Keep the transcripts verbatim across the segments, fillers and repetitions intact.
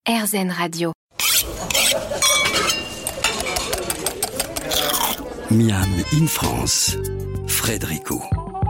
AirZen Radio. Miam in France, Frédérico.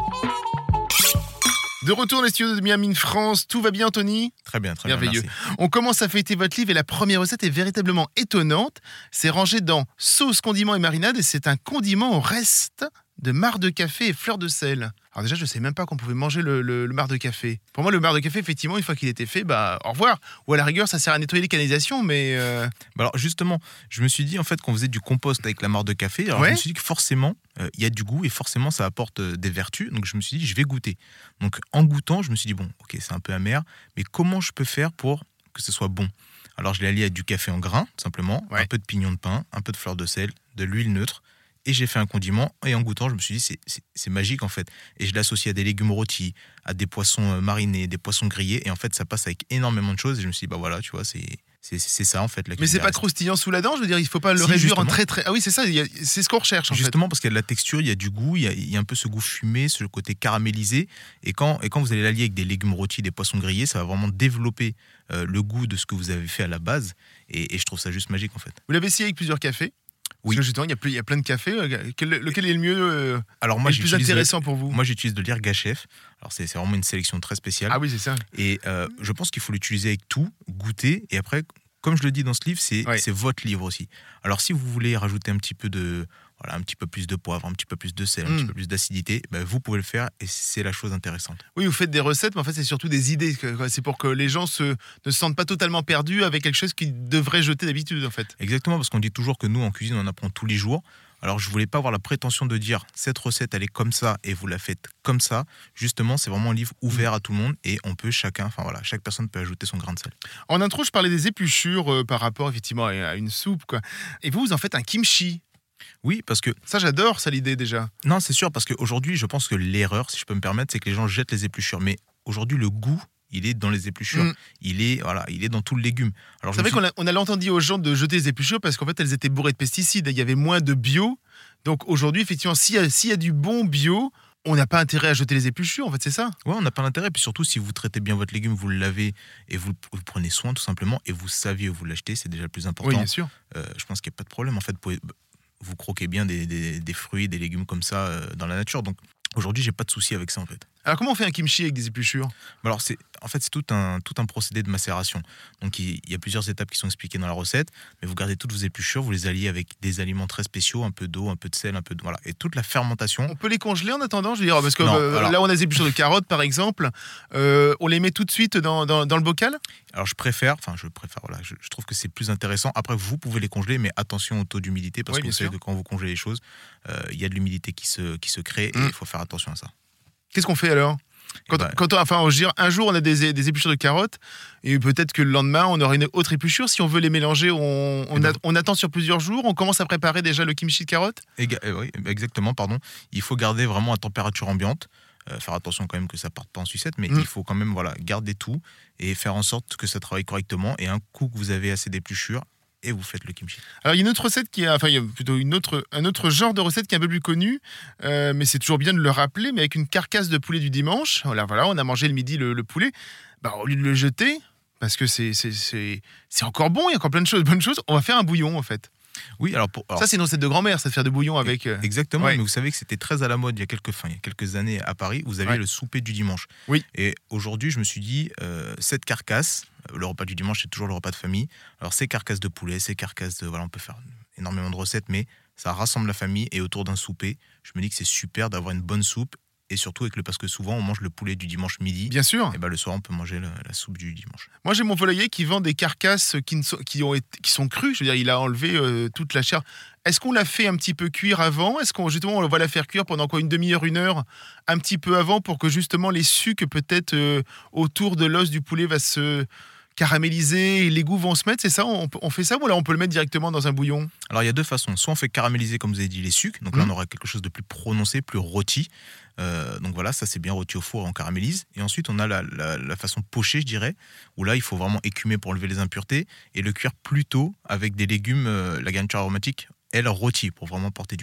De retour dans les studios de Miam in France, tout va bien Anthony ? Très bien, très Merveilleux. bien, merci. On commence à fêter votre livre et la première recette est véritablement étonnante. C'est rangé dans sauce, condiments et marinade et c'est un condiment au reste de marc de café et fleurs de sel. Alors déjà, je ne savais même pas qu'on pouvait manger le, le, le marc de café. Pour moi, le marc de café, effectivement, une fois qu'il était fait, bah au revoir. Ou à la rigueur, ça sert à nettoyer les canalisations, mais... Euh... Bah alors justement, je me suis dit en fait qu'on faisait du compost avec la marc de café. Alors Ouais. je me suis dit que forcément, il euh, y a du goût et forcément ça apporte euh, des vertus. Donc je me suis dit, je vais goûter. Donc en goûtant, je me suis dit, bon, ok, c'est un peu amer, mais comment je peux faire pour que ce soit bon ? Alors je l'ai allié avec du café en grains, tout simplement, Ouais. un peu de pignon de pin, un peu de fleur de sel, de l'huile neutre. Et j'ai fait un condiment, et en goûtant, je me suis dit, c'est, c'est, c'est magique en fait. Et je l'associe à des légumes rôtis, à des poissons euh, marinés, des poissons grillés, et en fait, ça passe avec énormément de choses. Et je me suis dit, bah voilà, tu vois, c'est, c'est, c'est ça en fait. La Mais c'est cuisine pas terrestre. croustillant sous la dent, je veux dire, il faut pas le Si, réduire en justement. très très... Ah oui, c'est ça, il y a- c'est ce qu'on recherche en Justement parce qu'il y a de la texture, il y a du goût, il y a, il y a un peu ce goût fumé, ce côté caramélisé. Et quand, et quand vous allez l'allier avec des légumes rôtis, des poissons grillés, ça va vraiment développer euh, le goût de ce que vous avez fait à la base. Et, et je trouve ça juste magique en fait. fait. Vous l'avez essayé avec plusieurs cafés ? Oui. Parce que justement, il y a, plus- il y a plein de cafés. euh, Quel- lequel est le mieux euh, Alors moi, et le plus j'utilise intéressant pour vous ? Moi, j'utilise de l'Irgachef. Alors c'est, c'est vraiment une sélection très spéciale. Ah oui, c'est ça. Et euh, je pense qu'il faut l'utiliser avec tout, goûter, et après, comme je le dis dans ce livre, c'est, Ouais. c'est votre livre aussi. Alors si vous voulez rajouter un petit peu de, voilà, un petit peu plus de poivre, un petit peu plus de sel, un Mm. petit peu plus d'acidité, ben, vous pouvez le faire et c'est la chose intéressante. Oui, vous faites des recettes, mais en fait, c'est surtout des idées. que- quoi. C'est pour que les gens se, ne se sentent pas totalement perdus avec quelque chose qu'ils devraient jeter d'habitude, en fait. Exactement, parce qu'on dit toujours que nous, en cuisine, on apprend tous les jours. Alors je voulais pas avoir la prétention de dire cette recette elle est comme ça et vous la faites comme ça. Justement, c'est vraiment un livre ouvert à tout le monde et on peut chacun, enfin voilà, chaque personne peut ajouter son grain de sel. En intro, je parlais des épluchures euh, par rapport, effectivement, à à une soupe, quoi. Et vous, vous en faites un kimchi. Oui, parce que Ça, j'adore, ça, l'idée, déjà. non, c'est sûr, parce qu'aujourd'hui, je pense que l'erreur, si je peux me permettre, c'est que les gens jettent les épluchures. Mais aujourd'hui, le goût, il est dans les épluchures. Mm. Il est, voilà, il est dans tout le légume. Alors, je C'est me vrai suis- qu'on a, on a longtemps dit aux gens de jeter les épluchures parce qu'en fait, elles étaient bourrées de pesticides. Il y avait moins de bio. Donc aujourd'hui, effectivement, s'il y a, s'il y a du bon bio, on n'a pas intérêt à jeter les épluchures, en fait, c'est ça. Ouais, on n'a pas d'intérêt. Puis surtout, si vous traitez bien votre légume, vous le lavez et vous, vous prenez soin, tout simplement, et vous saviez où vous l'achetez, c'est déjà le plus important. Oui, bien sûr. Euh, je pense qu'il n'y a pas de problème. En fait, vous, pouvez- vous croquez bien des, des- des fruits, des légumes comme ça euh, dans la nature. Donc aujourd'hui, j'ai pas de souci avec ça, en fait. Alors, comment on fait un kimchi avec des épluchures ? Bah Alors, c'est, en fait, c'est tout un, tout un procédé de macération. Donc, il, il y a plusieurs étapes qui sont expliquées dans la recette, mais vous gardez toutes vos épluchures, vous les alliez avec des aliments très spéciaux, un peu d'eau, un peu de sel, un peu de... Voilà. Et toute la fermentation... On peut les congeler en attendant, je veux dire, parce que Non, euh, alors- là, on a des épluchures de carottes, par exemple. Euh, on les met tout de suite dans, dans, dans le bocal ? Alors, je préfère... Enfin, je préfère, voilà, je, je trouve que c'est plus intéressant. Après, vous pouvez les congeler, mais attention au taux d'humidité, parce Oui, que bien vous savez sûr. que quand vous congelez les choses, euh, il y a de l'humidité qui se, qui se crée, et Mm. il faut faire attention à ça. Qu'est-ce qu'on fait alors ? Quand, Eh ben, quand on, enfin, je veux dire, un jour, on a des, des épluchures de carottes, et peut-être que le lendemain, on aura une autre épluchure. Si on veut les mélanger, on, on, Eh ben, a- on attend sur plusieurs jours. On commence à préparer déjà le kimchi de carottes. Éga- euh, oui, exactement, pardon. Il faut garder vraiment à température ambiante. Euh, faire attention quand même que ça parte pas en sucette, mais Mm. il faut quand même voilà, garder tout et faire en sorte que ça travaille correctement. Et un coup que vous avez assez d'épluchures, et vous faites le kimchi. Alors, il y a une autre recette qui est, enfin, il y a plutôt une autre, un autre genre de recette qui est un peu plus connu, euh, mais c'est toujours bien de le rappeler, mais avec une carcasse de poulet du dimanche. Voilà, voilà, on a mangé le midi le, le poulet. Bah, au lieu de le jeter, parce que c'est, c'est, c'est, c'est encore bon, il y a encore plein de choses, bonnes choses, on va faire un bouillon, en fait. Oui, alors, pour, alors Ça, c'est une recette de grand-mère, ça, de faire de bouillon avec... euh, exactement, ouais. mais vous savez que c'était très à la mode il y a quelques, enfin, il y a quelques années à Paris, vous aviez Ouais. le souper du dimanche. Oui. Et aujourd'hui, je me suis dit, euh, cette carcasse, euh, le repas du dimanche, c'est toujours le repas de famille. Alors, ces carcasses de poulet, ces carcasses de. Voilà, on peut faire énormément de recettes, mais ça rassemble la famille et autour d'un souper, je me dis que c'est super d'avoir une bonne soupe. Et surtout avec le parce que souvent on mange le poulet du dimanche midi. Bien sûr. Et ben le soir on peut manger la, la soupe du dimanche. Moi, j'ai mon volailler qui vend des carcasses qui, ne sont, qui, ont été, qui sont crues. Je veux dire, il a enlevé euh, toute la chair. Est-ce qu'on l'a fait un petit peu cuire avant ? Est-ce qu'on justement on va la faire cuire pendant quoi, une demi-heure, une heure, un petit peu avant pour que justement les sucs peut-être euh, autour de l'os du poulet va se caraméliser et les goûts vont se mettre, c'est ça, on, on fait ça ou alors on peut le mettre directement dans un bouillon? Alors il y a deux façons. Soit on fait caraméliser, comme vous avez dit, les sucres. Donc là, Mhm. on aura quelque chose de plus prononcé, plus rôti. Euh, donc voilà, ça c'est bien rôti au four et on caramélise. Et ensuite, on a la, la- la façon pochée, je dirais, où là, il faut vraiment écumer pour enlever les impuretés et le cuire plutôt avec des légumes, euh, la garniture aromatique, elle rôtie pour vraiment porter du goût.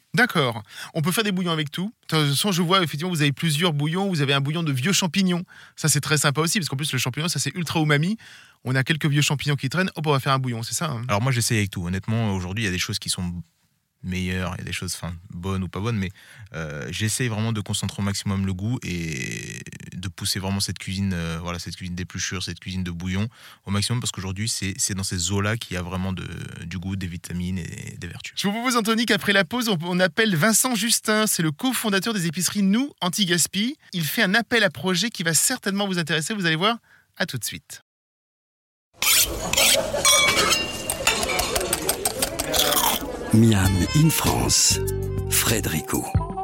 D'accord. On peut faire des bouillons avec tout. De toute façon, je vois effectivement, vous avez plusieurs bouillons. Vous avez un bouillon de vieux champignons. Ça, c'est très sympa aussi, parce qu'en plus, le champignon, ça, c'est ultra umami. On a quelques vieux champignons qui traînent. Hop, on va faire un bouillon, c'est ça, hein? Alors moi, j'essaye avec tout. Honnêtement, aujourd'hui, il y a des choses qui sont meilleures, il y a des choses enfin, bonnes ou pas bonnes, mais euh, j'essaye vraiment de concentrer au maximum le goût et de pousser vraiment cette cuisine, euh, voilà, cette cuisine d'épluchure, cette cuisine de bouillon au maximum, parce qu'aujourd'hui, c'est, c'est dans ces eaux-là qu'il y a vraiment de, du goût, des vitamines et des vertus. Je vous propose, Anthony, qu'après la pause, on, on appelle Vincent Justin. C'est le cofondateur des épiceries Nous Anti-Gaspi. Il fait un appel à projet qui va certainement vous intéresser. Vous allez voir. À tout de suite. Miam in France, Frédérico.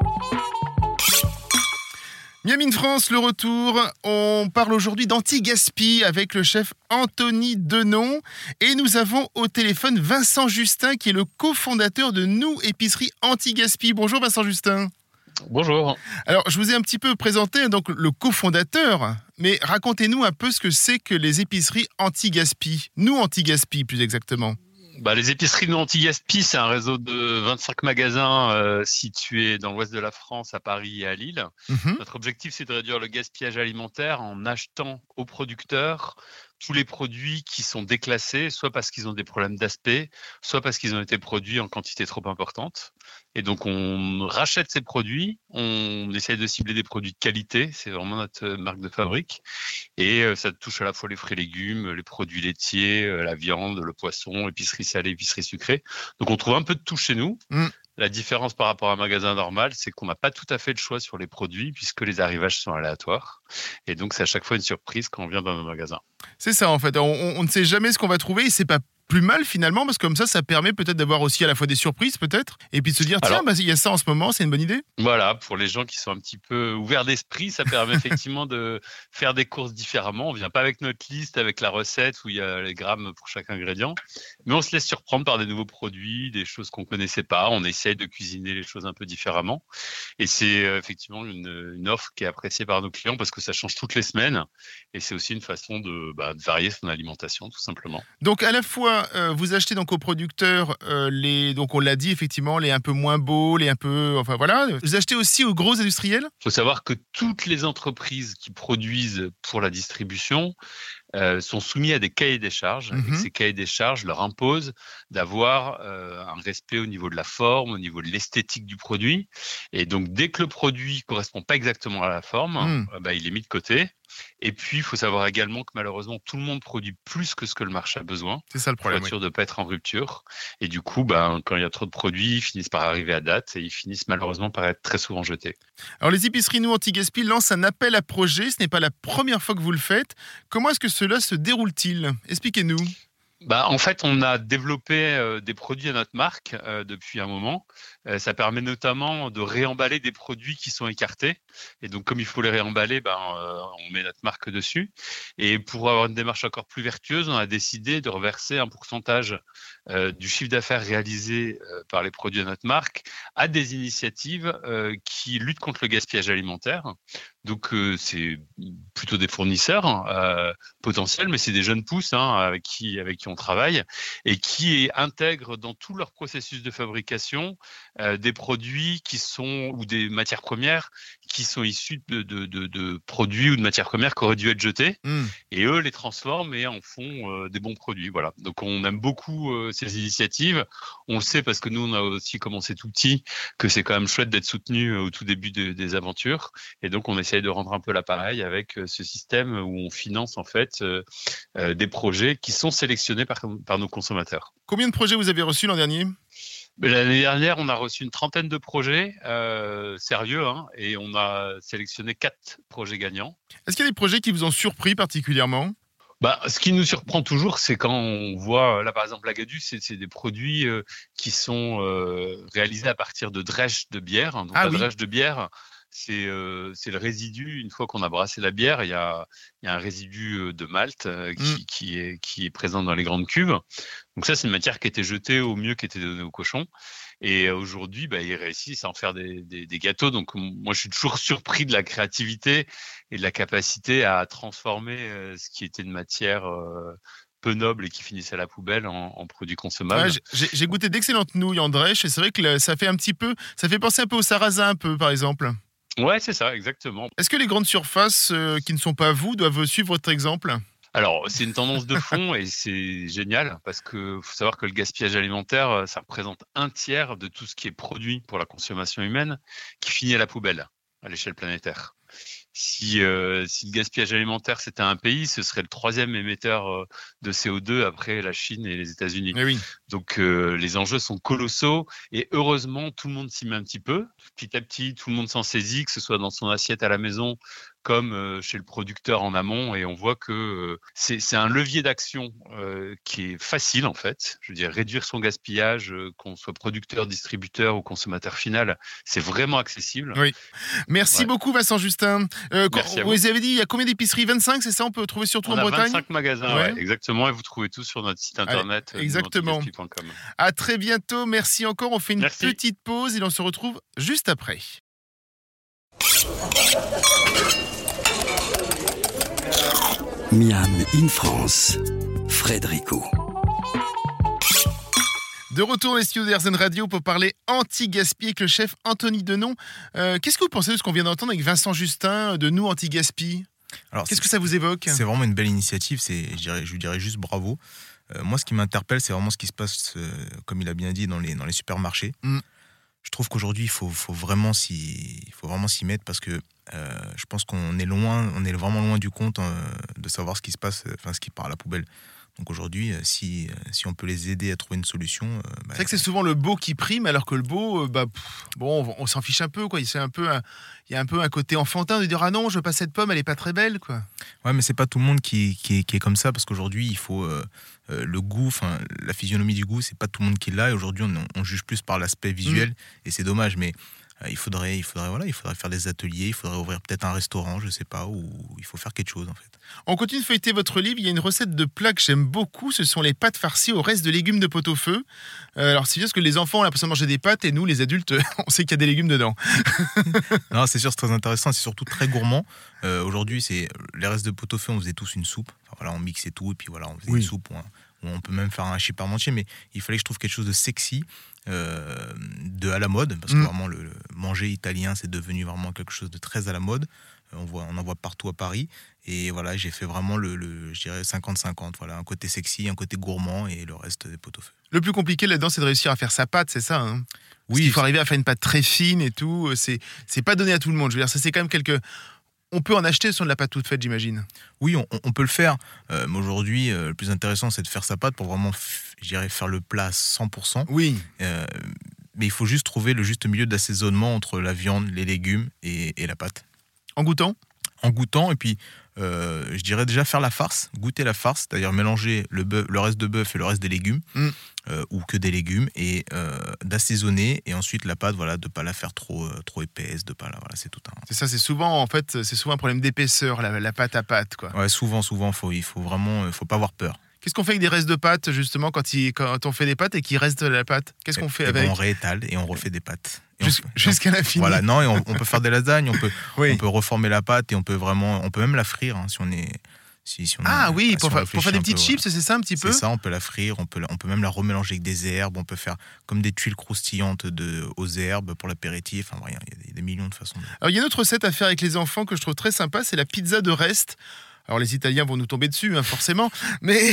Miam in France, le retour. On parle aujourd'hui d'anti-gaspi avec le chef Anthony Denon. Et nous avons au téléphone Vincent Justin, qui est le cofondateur de Nous Épicerie Anti-Gaspi. Bonjour Vincent Justin. Bonjour. Alors, je vous ai un petit peu présenté donc le cofondateur, mais racontez-nous un peu ce que c'est que les épiceries anti-gaspi. Nous anti-gaspi, plus exactement. Bah, les épiceries Nous Anti-Gaspi, c'est un réseau de vingt-cinq magasins euh, situés dans l'ouest de la France, à Paris et à Lille. Mmh. Notre objectif, c'est de réduire le gaspillage alimentaire en achetant aux producteurs tous les produits qui sont déclassés, soit parce qu'ils ont des problèmes d'aspect, soit parce qu'ils ont été produits en quantité trop importante. Et donc, on rachète ces produits, on essaye de cibler des produits de qualité, c'est vraiment notre marque de fabrique. Et euh, ça touche à la fois les fruits et légumes, les produits laitiers, euh, la viande, le poisson, épicerie salée, épicerie sucrée. Donc, on trouve un peu de tout chez nous. Mmh. La différence par rapport à un magasin normal, c'est qu'on n'a pas tout à fait le choix sur les produits puisque les arrivages sont aléatoires. Et donc, c'est à chaque fois une surprise quand on vient dans nos magasins. C'est ça en fait, on, on- on ne sait jamais ce qu'on va trouver et c'est pas plus mal finalement parce que comme ça, ça permet peut-être d'avoir aussi à la fois des surprises peut-être et puis de se dire tiens, Alors- bah, il y a ça en ce moment, c'est une bonne idée. Voilà, pour les gens qui sont un petit peu ouverts d'esprit, ça permet effectivement de faire des courses différemment. On vient pas avec notre liste, avec la recette où il y a les grammes pour chaque ingrédient, mais on se laisse surprendre par des nouveaux produits, des choses qu'on connaissait pas. On essaye de cuisiner les choses un peu différemment. Et c'est euh, effectivement une, une offre qui est appréciée par nos clients parce que ça change toutes les semaines. Et c'est aussi une façon de, bah, de varier son alimentation, tout simplement. Donc à la fois euh, vous achetez donc aux producteurs euh, les donc on l'a dit effectivement les un peu moins beaux, les un peu enfin voilà, vous achetez aussi aux gros industriels. Il faut savoir que toutes les entreprises qui produisent pour la distribution euh, sont soumises à des cahiers des charges. Mhm. Et que ces cahiers des charges leur imposent d'avoir euh, un respect au niveau de la forme, au niveau de l'esthétique du produit. Et donc, dès que le produit correspond pas exactement à la forme, Mm. euh, bah, il est mis de côté. Et puis, il faut savoir également que malheureusement, tout le monde produit plus que ce que le marché a besoin C'est ça le pour être problème. Oui. sûr de ne pas être en rupture. Et du coup, ben, quand il y a trop de produits, ils finissent par arriver à date et ils finissent malheureusement par être très souvent jetés. Alors les épiceries Nous Anti-Gaspi lancent un appel à projet, ce n'est pas la première fois que vous le faites. Comment est-ce que cela se déroule-t-il? Expliquez-nous. Bah, en fait, on a développé euh, des produits à notre marque euh, depuis un moment. Euh, ça permet notamment de réemballer des produits qui sont écartés. Et donc, comme il faut les réemballer, ben, euh, on met notre marque dessus. Et pour avoir une démarche encore plus vertueuse, on a décidé de reverser un pourcentage euh, du chiffre d'affaires réalisé euh, par les produits de notre marque à des initiatives euh, qui luttent contre le gaspillage alimentaire. Donc, euh, c'est plutôt des fournisseurs euh, potentiels, mais c'est des jeunes pousses hein, avec qui avec qui on travaille et qui intègrent dans tout leur processus de fabrication euh, des produits qui sont ou des matières premières qui sont issues de, de, de, de produits ou de matières premières qui auraient dû être jetés Mm. et eux les transforment et en font euh, des bons produits. Voilà. Donc on aime beaucoup euh, ces initiatives. On le sait parce que nous on a aussi commencé tout petit que c'est quand même chouette d'être soutenu euh, au tout début de- des aventures et donc on essaye de rendre un peu l'appareil avec euh, ce système où on finance en fait euh, euh, des projets qui sont sélectionnés par, par nos consommateurs. Combien de projets vous avez reçus l'an dernier? Mais l'année dernière, on a reçu une trentaine de projets euh, sérieux hein, et on a sélectionné quatre projets gagnants. Est-ce qu'il y a des projets qui vous ont surpris particulièrement? Bah, ce qui nous surprend toujours, c'est quand on voit, là par exemple, la Gadu, c'est c'est des produits euh, qui sont euh, réalisés à partir de drèche de bière. Donc Ah la oui. drèche de bière, c'est euh, c'est le résidu, une fois qu'on a brassé la bière, il y a, il y a un résidu euh, de malt euh, qui, Mm. qui, est, qui est présent dans les grandes cuves. Donc ça, c'est une matière qui était jetée au mieux, qui était donnée aux cochons. Et euh, aujourd'hui, bah, ils réussissent à en faire des, des, des gâteaux. Donc m- moi, je suis toujours surpris de la créativité et de la capacité à transformer euh, ce qui était une matière euh, peu nobles et qui finissaient à la poubelle en, en produits consommables. Ouais, j'ai, j'ai goûté d'excellentes nouilles en drèche et c'est vrai que le- ça fait un petit peu, ça fait penser un peu au sarrasin un peu par exemple. Ouais, c'est ça, exactement. Est-ce que les grandes surfaces euh, qui ne sont pas vous doivent suivre votre exemple? Alors, c'est une tendance de fond et c'est génial parce que faut savoir que le gaspillage alimentaire, euh, ça représente un tiers de tout ce qui est produit pour la consommation humaine qui finit à la poubelle à l'échelle planétaire. Si, euh, si le gaspillage alimentaire c'était un pays, ce serait le troisième émetteur euh, de C O deux après la Chine et les États-Unis. Eh oui. Donc euh, les enjeux sont colossaux et heureusement tout le monde s'y met un petit peu. Petit à petit, tout le monde s'en saisit, que ce soit dans son assiette à la maison comme euh, chez le producteur en amont. Et on voit que euh, c'est, c'est un levier d'action euh, qui est facile en fait. Je veux dire, réduire son gaspillage, euh, qu'on soit producteur, distributeur ou consommateur final, c'est vraiment accessible. Oui. Merci Ouais. beaucoup Vincent Justin. Euh, quand- Merci à vous vous. avez dit il y a combien d'épiceries? vingt-cinq, c'est ça? On peut trouver surtout On en a Bretagne? vingt-cinq magasins, Ouais. ouais, exactement, et vous trouvez tout sur notre site internet. Allez, exactement. antigaspi point com. À très bientôt. Merci encore. On fait une Merci. petite pause et on se retrouve juste après. Miam in France, Frédérico. De retour dans les studios d'Airzen Radio pour parler anti-gaspi avec le chef Anthony Denon. Euh, qu'est-ce que vous pensez de ce qu'on vient d'entendre avec Vincent Justin de Nous Anti-Gaspi? Alors, Qu'est-ce c'est- que ça vous évoque? C'est vraiment une belle initiative, c'est, je, dirais, je lui dirais juste bravo. Euh, moi, ce qui m'interpelle, c'est vraiment ce qui se passe, euh, comme il a bien dit, dans les, dans les supermarchés. Mm. Je trouve qu'aujourd'hui, il faut, faut, vraiment s'y, il faut vraiment s'y mettre parce que euh, je pense qu'on est loin, on est vraiment loin du compte euh, de savoir ce qui se passe, enfin ce qui part à la poubelle. Donc aujourd'hui, euh, si, euh, si on peut les aider à trouver une solution... euh, bah, C'est vrai que c'est souvent le beau qui prime, alors que le beau, euh, bah, pff, bon, on, on s'en fiche un peu, quoi. C'est un peu un- il y a un peu un côté enfantin de dire ah non, je veux pas cette pomme, elle est pas très belle, quoi. Ouais, mais c'est pas tout le monde qui, qui, est, qui est comme ça parce qu'aujourd'hui, il faut euh, euh, le goût, enfin la physionomie du goût, c'est pas tout le monde qui l'a. Et aujourd'hui, on, on juge plus par l'aspect visuel Mm. et c'est dommage. Mais euh, il faudrait, il faudrait, voilà, il faudrait faire des ateliers, il faudrait ouvrir peut-être un restaurant, je sais pas, ou il faut faire quelque chose en fait. On continue de feuilleter votre livre. Il y a une recette de plat que j'aime beaucoup. Ce sont les pâtes farcies au reste de légumes de pot-au-feu. Euh, alors, c'est juste que les enfants ont l'impression de manger des pâtes et nous, les adultes, on sait qu'il y a des légumes dedans. Non, c'est sûr, c'est très intéressant. C'est surtout très gourmand. Euh, aujourd'hui, c'est les restes de pot-au-feu. On faisait tous une soupe. Enfin, voilà, on mixait tout et puis voilà, on faisait Oui. une soupe où on, où on peut même faire un hachis parmentier. Mais il fallait que je trouve quelque chose de sexy, euh, de à la mode, parce que Mm. vraiment le, le manger italien, c'est devenu vraiment quelque chose de très à la mode. Euh, On voit, on en voit partout à Paris. Et voilà, j'ai fait vraiment le, le je dirais cinquante cinquante. Voilà, un côté sexy, un côté gourmand et le reste des pot-au-feu. Le plus compliqué là-dedans, c'est de réussir à faire sa pâte, c'est ça, hein? Parce qu'il faut arriver à faire une pâte très fine et tout. C'est, c'est pas donné à tout le monde. Je veux dire, ça, c'est quand même quelque. On peut en acheter sur de la pâte toute faite, j'imagine. Oui, on, on peut le faire. Euh, mais aujourd'hui, euh, le plus intéressant, c'est de faire sa pâte pour vraiment, f- je dirais, faire le plat à cent pour cent. Oui. Euh, mais il faut juste trouver le juste milieu d'assaisonnement entre la viande, les légumes et, et la pâte. En goûtant? En goûtant, et puis, euh, je dirais déjà faire la farce, goûter la farce, c'est-à-dire mélanger le, bœuf, le reste de bœuf et le reste des légumes, Mm. euh, ou que des légumes, et euh, d'assaisonner, et ensuite la pâte, voilà, de ne pas la faire trop, euh, trop épaisse, de pas la, voilà, c'est tout un... C'est ça, c'est souvent, en fait, c'est souvent un problème d'épaisseur, la, la pâte à pâte, quoi. Ouais, souvent, souvent, faut, il faut vraiment, faut pas avoir peur. Qu'est-ce qu'on fait avec des restes de pâte, justement, quand, il, quand on fait des pâtes et qu'il reste de la pâte? Qu'est-ce qu'on fait Et ben, avec? on réétale et on refait des pâtes. Et on Jus- fait- Jusqu'à la fin. Voilà, non, et on, on peut faire des lasagnes, on peut, Oui. on peut reformer la pâte et on peut vraiment, on peut même la frire hein, si on est, si, si on Ah a- oui, si pour, on fa- pour réfléchit faire des un peu, petites chips, voilà. c'est ça un petit peu? C'est ça, on peut la frire, on peut, la- on peut même la remélanger avec des herbes, on peut faire comme des tuiles croustillantes de, aux herbes pour l'apéritif. Enfin, voilà, il y a des, des millions de façons. de- Alors, il y a une autre recette à faire avec les enfants que je trouve très sympa, c'est la pizza de reste. Alors, les Italiens vont nous tomber dessus, hein, forcément. Mais.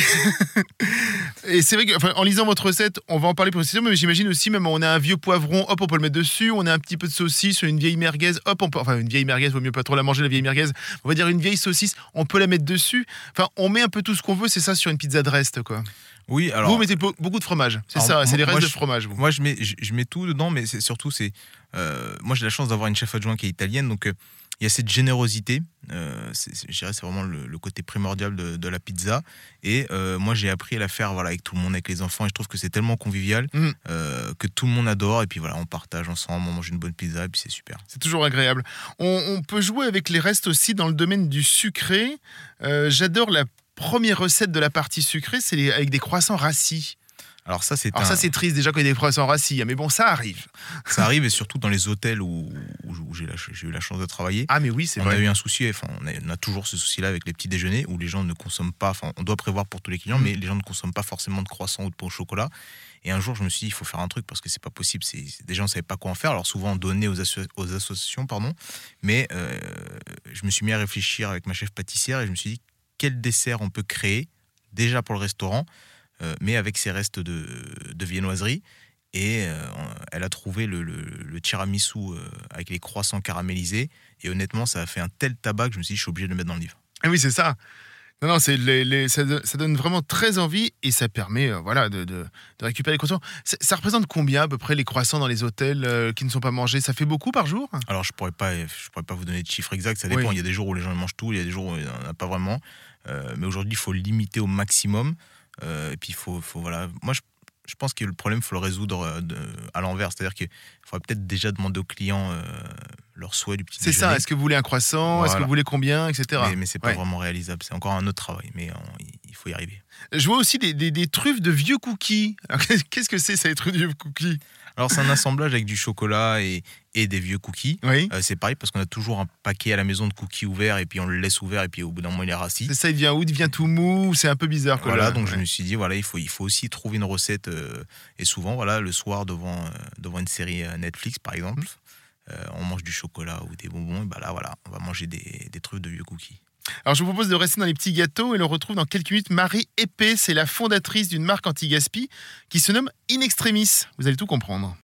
Et c'est vrai qu'en lisant votre recette, on va en parler précisément, mais j'imagine aussi, même on a un vieux poivron, hop, on peut le mettre dessus. On a un petit peu de saucisse, une vieille merguez, hop, on peut. Enfin, une vieille merguez, vaut mieux pas trop la manger, la vieille merguez. On va dire une vieille saucisse, on peut la mettre dessus. Enfin, on met un peu tout ce qu'on veut, c'est ça, sur une pizza de reste, quoi. Oui, alors. vous mettez be- beaucoup de fromage, c'est Alors, ça, moi- c'est les moi, restes de je- fromage, vous. Moi, je mets, je, je mets tout dedans, mais c'est surtout, c'est. euh, moi, j'ai la chance d'avoir une chef adjointe qui est italienne, donc euh, il y a cette générosité. Euh, c'est, c'est- je dirais, c'est vraiment le, le côté primordial de, de la pizza. Et euh, moi, j'ai appris à la faire voilà, avec tout le monde, avec les enfants. Et je trouve que c'est tellement convivial Mm. euh, que tout le monde adore. Et puis voilà, on partage ensemble, on mange une bonne pizza, et puis c'est super. C'est toujours agréable. On, on peut jouer avec les restes aussi dans le domaine du sucré. Euh, J'adore la première recette de la partie sucrée, c'est les- avec des croissants rassis. Alors ça, c'est Alors un- ça, c'est triste déjà quand il y a des croissants rassis, mais bon, ça arrive. ça arrive, et surtout dans les hôtels où, où- où j'ai, la- j'ai eu la chance de travailler. Ah, mais oui, c'est On vrai. a eu un souci, enfin, on a, on a toujours ce souci-là avec les petits déjeuners où les gens ne consomment pas, enfin, on doit prévoir pour tous les clients, Mm. mais les gens ne consomment pas forcément de croissants ou de pain au chocolat. Et un jour, je me suis dit, il faut faire un truc parce que c'est pas possible. C'est, c'est- déjà, on savait pas quoi en faire. Alors, souvent, on donnait aux, asso- aux associations, pardon. Mais euh, je me suis mis à réfléchir avec ma chef pâtissière et je me suis dit, quel dessert on peut créer, déjà pour le restaurant, euh, mais avec ses restes de, de viennoiserie. Et euh, elle a trouvé le, le, le tiramisu euh, avec les croissants caramélisés. Et honnêtement, ça a fait un tel tabac que je me suis dit, je suis obligé de le mettre dans le livre. Ah oui, c'est ça. Non, non, c'est les, les- ça, do- ça donne vraiment très envie et ça permet euh, voilà, de, de- de récupérer les croissants. Ça, ça représente combien à peu près les croissants dans les hôtels euh, qui ne sont pas mangés? Ça fait beaucoup par jour? Alors, je pourrais pas, je pourrais pas vous donner de chiffres exacts. Ça dépend. Oui. Il y a des jours où les gens mangent tout, il y a des jours où il n'y en a pas vraiment. Euh, mais aujourd'hui, il faut le limiter au maximum. Euh, et puis, il faut, faut voilà. Moi, je, je pense que le problème, il faut le résoudre euh, de- à l'envers. C'est-à-dire qu'il faudrait peut-être déjà demander aux clients euh, leur souhait du petit C'est déjeuner. ça. Est-ce que vous voulez un croissant? Est-ce que Voilà. vous voulez combien? Etc. Mais, mais c'est pas Ouais. vraiment réalisable. C'est encore un autre travail. Mais on- il faut y arriver. Je vois aussi des, des- des truffes de vieux cookies. Alors, qu'est-ce que c'est, ces truffes de vieux cookies? Alors, c'est un assemblage avec du chocolat et, et des vieux cookies. Oui. Euh, c'est pareil parce qu'on a toujours un paquet à la maison de cookies ouverts et puis on le laisse ouvert et puis au bout d'un moment il est rassis. C'est ça, il devient où? Il devient tout mou. C'est un peu bizarre. Quoi, Voilà, là. donc je Ouais. me suis dit voilà, il faut il faut aussi trouver une recette euh, et souvent voilà le soir devant euh, devant une série euh, Netflix par exemple, euh, on mange du chocolat ou des bonbons et bah là voilà, on va manger des, des trucs de vieux cookies. Alors, je vous propose de rester dans les petits gâteaux et l'on retrouve dans quelques minutes Marie Épée. C'est la fondatrice d'une marque anti-gaspi qui se nomme In Extremis. Vous allez tout comprendre.